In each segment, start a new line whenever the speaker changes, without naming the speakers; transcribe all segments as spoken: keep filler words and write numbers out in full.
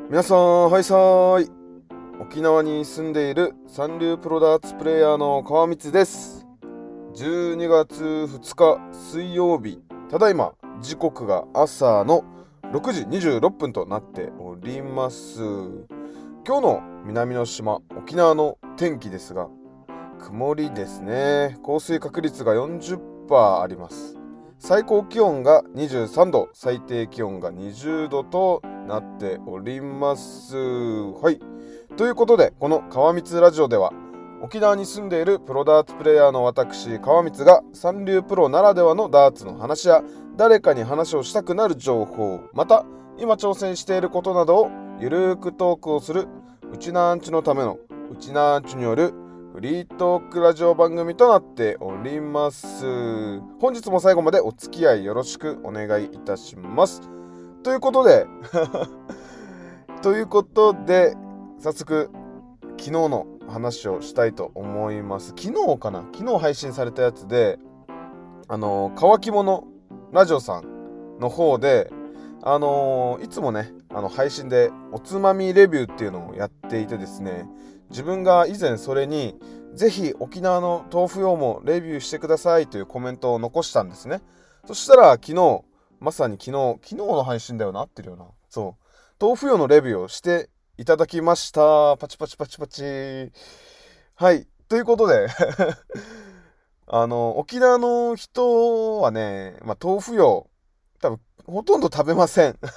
皆さん、はいさーい。沖縄に住んでいる三流プロダーツプレイヤーの川光です。じゅうにがつふつか水曜日、ただいま時刻が朝のろくじにじゅうろっぷんとなっております。今日の南の島、沖縄の天気ですが、曇りですね。降水確率がよんじゅっパーセントあります。最高気温がにじゅうさんど、最低気温がにじゅうどとなっております。はい。ということで、この川光ラジオでは、沖縄に住んでいるプロダーツプレイヤーの私、川光が三流プロならではのダーツの話や、誰かに話をしたくなる情報、また、今挑戦していることなどをゆるーくトークをする、うちなーんちゅのための、うちなーんちゅによるフリートークラジオ番組となっております。本日も最後までお付き合いよろしくお願いいたします。ということでということで、早速、昨日の話をしたいと思います。昨日かな昨日配信されたやつで、あの、乾き物ラジオさんの方で、あのーいつもね、あの配信でおつまみレビューっていうのをやっていてですね、自分が以前それに、ぜひ沖縄の豆腐用もレビューしてくださいというコメントを残したんですね。そしたら昨日、まさに昨日、昨日の配信だよな、合ってるよな。そう。豆腐用のレビューをしていただきました。パチパチパチパチ。はい。ということであの、沖縄の人はね、まあ、豆腐用、多分、ほとんど食べません。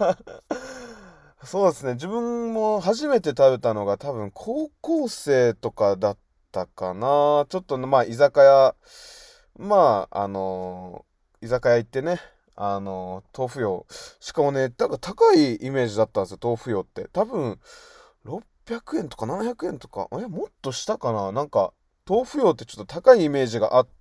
そうですね。自分も初めて食べたのが多分高校生とかだったかな。ちょっとまあ居酒屋、まああの居酒屋行ってね、あの豆腐用。しかもね、なんか高いイメージだったんですよ、豆腐用って。多分ろっぴゃくえんとかななひゃくえんとか、え、もっとしたかな。なんか豆腐用ってちょっと高いイメージがあって、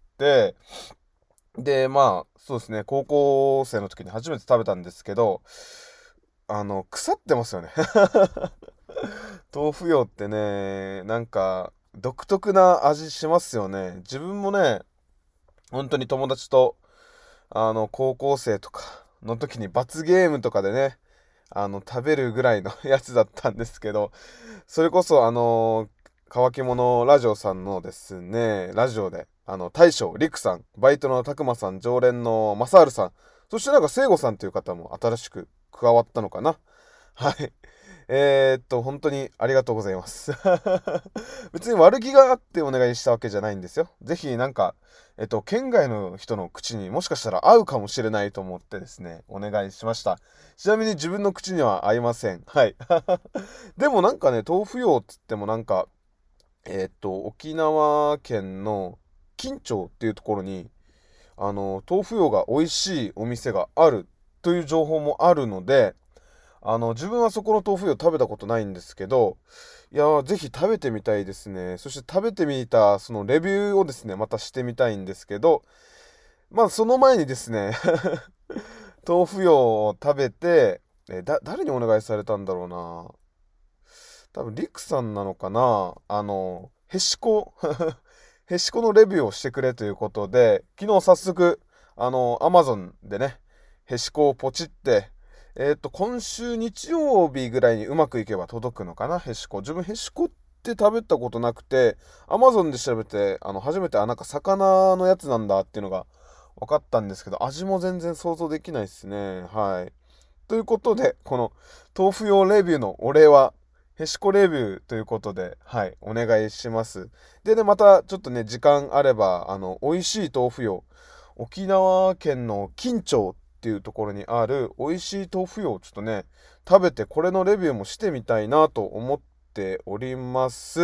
で、まあそうですね、高校生の時に初めて食べたんですけど、あの、腐ってますよね。豆腐用ってね、なんか、独特な味しますよね。自分もね、本当に友達と、あの、高校生とかの時に罰ゲームとかでね、あの、食べるぐらいのやつだったんですけど、それこそ、あの、乾き物ラジオさんのですね、ラジオで、あの、大将、りくさん、バイトのたくまさん、常連のまさるさん、そしてなんか、せいごさんという方も新しく加わったのかな。はい。えー、っと、本当にありがとうございます。別に悪気があってお願いしたわけじゃないんですよ。ぜひなんか、えっと、県外の人の口にもしかしたら合うかもしれないと思ってですね、お願いしました。ちなみに自分の口には合いません。はい。でもなんかね、豆腐用っつってもなんか、えっと、沖縄県の金武っていうところに、あの、豆腐用が美味しいお店があるという情報もあるので、あの、自分はそこの豆腐を食べたことないんですけど、いやー、ぜひ食べてみたいですね。そして食べてみた、そのレビューをですね、またしてみたいんですけど、まあ、その前にですね豆腐用を食べて、え、だ、誰にお願いされたんだろうな。多分、リクさんなのかな。あの、へしこへしこのレビューをしてくれということで、昨日早速、あの、アマゾンでね、へしこをポチって、えっと、今週日曜日ぐらいにうまくいけば届くのかな、へしこ。自分へしこって食べたことなくて、アマゾンで調べて、あの、初めて、あ、なんか魚のやつなんだっていうのが分かったんですけど、味も全然想像できないですね。はい。ということで、この豆腐用レビューのお礼は、へしこレビューということで、はい、お願いします。でね、またちょっとね、時間あれば、あの、美味しい豆腐用、沖縄県の金武っていうところにある美味しい豆腐用をちょっとね、食べてこれのレビューもしてみたいなと思っております。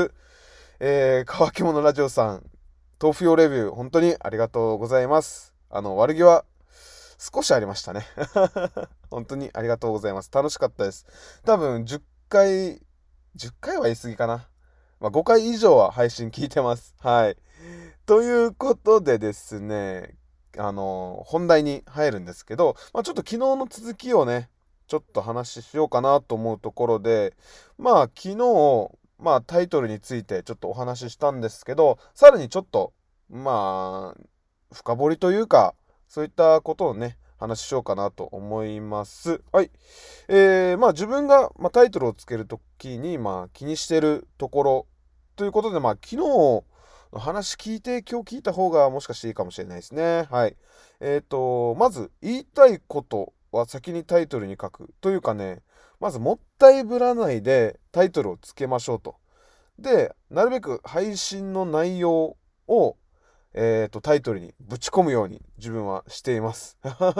えー、乾き物ラジオさん、豆腐用レビュー、本当にありがとうございます。あの、悪気は少しありましたね。本当にありがとうございます。楽しかったです。多分じゅっかい、じゅっかいは言い過ぎかな。まあ、ごかい以上は配信聞いてます。はい。ということでですね、あの、本題に入るんですけど、まあ、ちょっと昨日の続きをね、ちょっと話ししようかなと思うところで、まあ、昨日、まあ、タイトルについてちょっとお話ししたんですけど、さらにちょっと、まあ、深掘りというか、そういったことをね、 話ししようかなと思います。はい。えー、まあ自分が、まあ、タイトルをつけるときに、まあ気にしてるところということで、まあ昨日の話聞いて、今日聞いた方がもしかしていいかもしれないですね。はい。えっと、まず言いたいことは先にタイトルに書くというかね、まずもったいぶらないでタイトルをつけましょうと。で、なるべく配信の内容を、えーと、タイトルにぶち込むように自分はしています。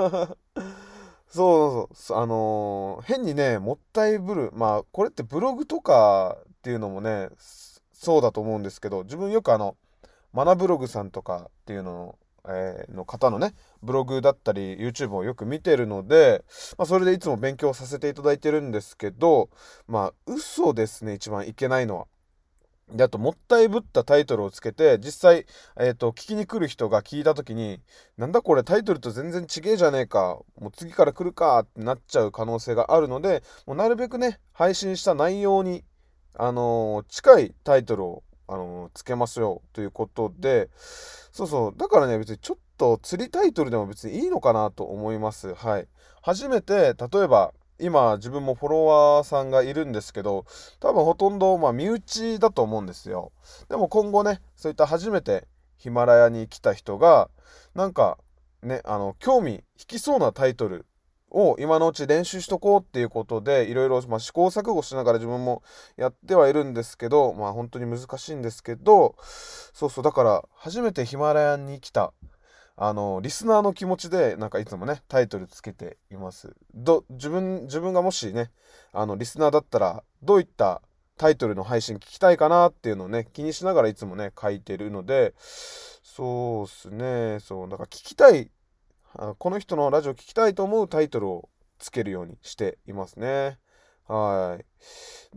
そうそうそう、あのー変にね、もったいぶる。まあ、これってブログとかっていうのもね、そうだと思うんですけど、自分よくあの、マナブログさんとかっていうのの、えーの方のね、ブログだったり YouTube をよく見てるので、まあ、それでいつも勉強させていただいてるんですけど、まあ、嘘ですね、一番いけないのは。で、あと、もったいぶったタイトルをつけて、実際、えっと、聞きに来る人が聞いたときに、なんだこれタイトルと全然違えじゃねえか、もう次から来るかってなっちゃう可能性があるので、もうなるべくね、配信した内容に、あのー近いタイトルを、あのーつけますよということで、そうそう、だからね、別にちょっと釣りタイトルでも別にいいのかなと思います。はい。初めて、例えば、今自分もフォロワーさんがいるんですけど、多分ほとんどまあ身内だと思うんですよ。でも今後ね、そういった初めてヒマラヤに来た人が、なんかね、あの、興味引きそうなタイトルを今のうち練習しとこうっていうことで、いろいろまあ試行錯誤しながら自分もやってはいるんですけど、まあ本当に難しいんですけど、そうそう、だから初めてヒマラヤに来たあの、リスナーの気持ちで、なんかいつもね、タイトルつけています。ど、自分、自分がもしね、あの、リスナーだったら、どういったタイトルの配信聞きたいかなっていうのをね、気にしながらいつもね、書いてるので、そうっすね、そう、だから聞きたい、あこの人のラジオ聞きたいと思うタイトルをつけるようにしていますね。はい。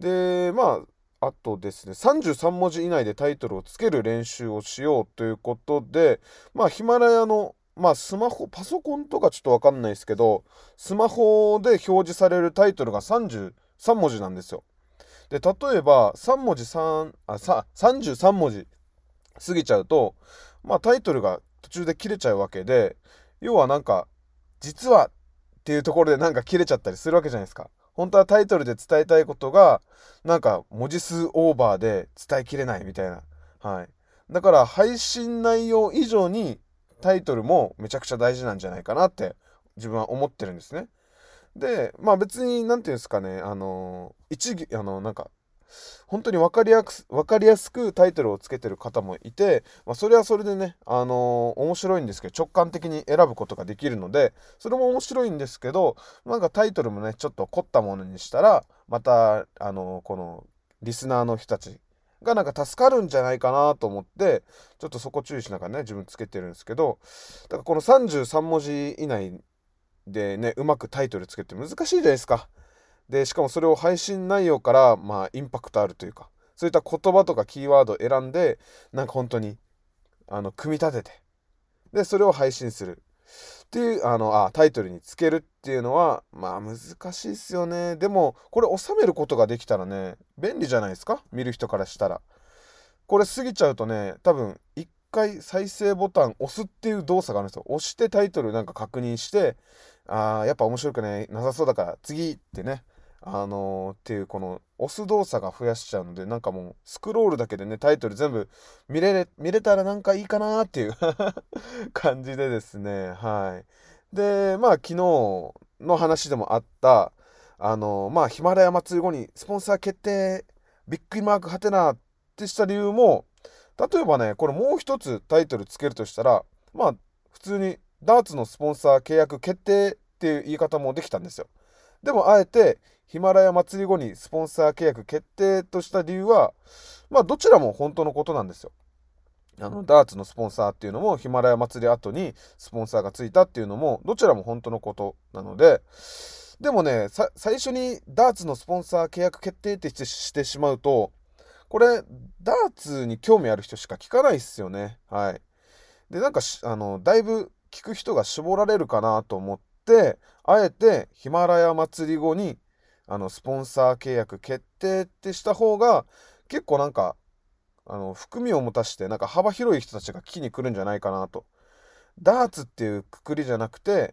で、まあ、あとですね、さんじゅうさん文字以内でタイトルをつける練習をしようということで、まあ、ヒマラヤの、まあ、スマホ、パソコンとかちょっとわかんないですけど、スマホで表示されるタイトルがさんじゅうさん文字なんですよ。で、例えば、さん文字さん、あ、さ、さんじゅうさん文字過ぎちゃうと、まあ、タイトルが途中で切れちゃうわけで、要はなんか、実はっていうところでなんか切れちゃったりするわけじゃないですか。本当はタイトルで伝えたいことが、なんか文字数オーバーで伝えきれないみたいな。はい。だから配信内容以上にタイトルもめちゃくちゃ大事なんじゃないかなって自分は思ってるんですね。で、まあ別に、なんていうんですかね、あの一義、あの、なんか、本当に分かりやす分かりやすくタイトルをつけてる方もいて、まあ、それはそれでね、あのー面白いんですけど、直感的に選ぶことができるので、それも面白いんですけど、なんかタイトルもね、ちょっと凝ったものにしたら、また、あのーこの、リスナーの人たちがなんか助かるんじゃないかなと思って、ちょっとそこ注意しながらね、自分つけてるんですけど、だからこのさんじゅうさん文字以内でね、うまくタイトルつけて難しいじゃないですか。で、しかもそれを配信内容から、まあ、インパクトあるというか、そういった言葉とかキーワードを選んで、なんか本当に、あの、組み立てて、で、それを配信する。っていう、あの、あ、タイトルにつけるっていうのは、まあ、難しいっすよね。でも、これ収めることができたらね、便利じゃないですか、見る人からしたら。これ過ぎちゃうとね、多分、一回再生ボタン押すっていう動作があるんですよ。押してタイトルなんか確認して、あーやっぱ面白くね、なさそうだから次ってね、あのーっていうこの押す動作が増やしちゃうので、なんかもうスクロールだけでね、タイトル全部見れれ、見れたらなんかいいかなーっていう感じでですね、はい。で、まあ昨日の話でもあった、あのーまあヒマラヤ祭り後にスポンサー決定、びっくりマークはてなってした理由も、例えばね、これもう一つタイトルつけるとしたら、まあ、普通にダーツのスポンサー契約決定っていう言い方もできたんですよ。でも、あえて、ヒマラヤ祭り後にスポンサー契約決定とした理由は、まあ、どちらも本当のことなんですよ。あの、ダーツのスポンサーっていうのも、ヒマラヤ祭り後にスポンサーがついたっていうのも、どちらも本当のことなので、でもね、さ最初にダーツのスポンサー契約決定ってしてしてしまうと、これ、ダーツに興味ある人しか聞かないっすよね。はい。で、なんかし、あの、だいぶ聞く人が絞られるかなと思って、あえてヒマラヤ祭り後に、あの、スポンサー契約決定ってした方が、結構なんか、あの、含みを持たして、なんか幅広い人たちが聞きに来るんじゃないかなと。ダーツっていうくくりじゃなくて、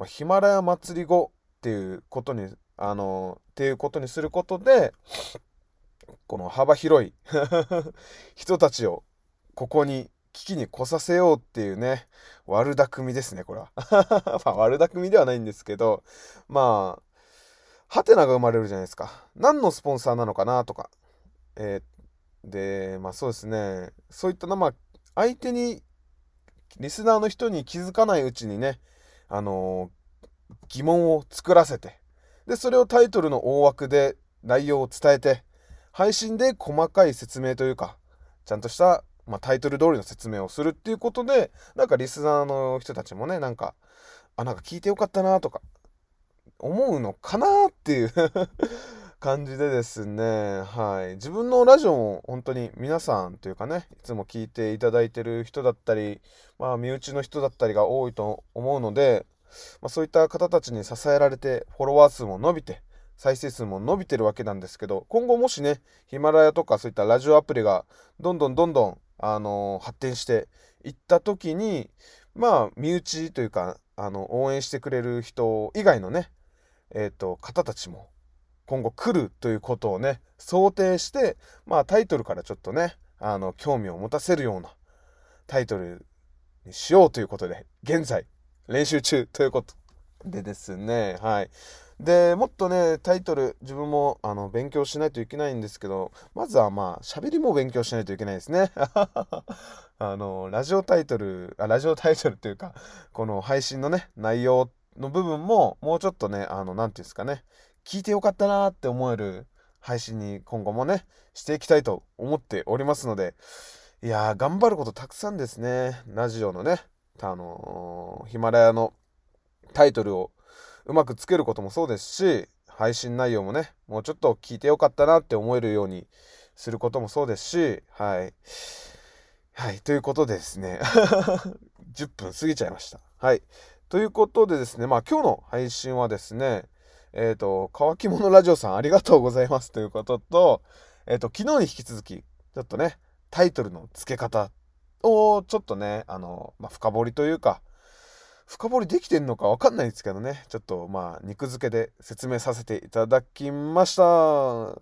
まあ、ヒマラヤ祭り後っていうことに、あのっていうことにすることで、この幅広い人たちをここに危機に来させようっていうね、悪巧みですね、これは。まあ、悪巧みではないんですけど、まあ、ハテナが生まれるじゃないですか。何のスポンサーなのかなとか。えーで、まあそうですね。そういったの、まあ、相手に、リスナーの人に気づかないうちにね、あのー疑問を作らせて、で、それをタイトルの大枠で内容を伝えて、配信で細かい説明というか、ちゃんとした、まあ、タイトル通りの説明をするっていうことで、なんかリスナーの人たちもね、なんか、あ、なんか聞いてよかったなとか、思うのかなっていう感じでですね、はい。自分のラジオも本当に皆さんというかね、いつも聞いていただいてる人だったり、まあ、身内の人だったりが多いと思うので、まあ、そういった方たちに支えられて、フォロワー数も伸びて、再生数も伸びてるわけなんですけど、今後もしね、ヒマラヤとかそういったラジオアプリがどんどんどんどん、あのー発展していった時に、まあ、身内というか、あの、応援してくれる人以外のね、えっと、方たちも今後来るということをね、想定して、まあタイトルからちょっとね、あの、興味を持たせるようなタイトルにしようということで、現在練習中ということでですね、はい。で、もっとね、タイトル、自分もあの勉強しないといけないんですけど、まずはまあ、喋りも勉強しないといけないですね。あの、ラジオタイトル、あ、ラジオタイトルというか、この配信のね、内容の部分も、もうちょっとね、あの、なんていうんですかね、聞いてよかったなーって思える配信に今後もね、していきたいと思っておりますので、いやー、頑張ることたくさんですね。ラジオのね、あのーヒマラヤのタイトルをうまくつけることもそうですし、配信内容もね、もうちょっと聞いてよかったなって思えるようにすることもそうですし、はい。はい、ということでですね、じゅっぷん過ぎちゃいました。はい。ということでですね、まあ今日の配信はですね、えっ、と、乾き物ラジオさんありがとうございますということと、えっ、と、昨日に引き続き、ちょっとね、タイトルの付け方をちょっとね、あの、まあ、深掘りというか、深掘りできてんのかわかんないですけどね、ちょっとまあ、肉付けで説明させていただきました。はい、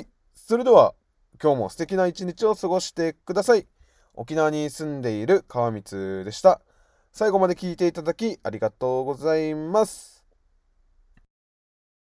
それでは、今日も素敵な一日を過ごしてください。沖縄に住んでいる川光でした。最後まで聞いていただきありがとうございます。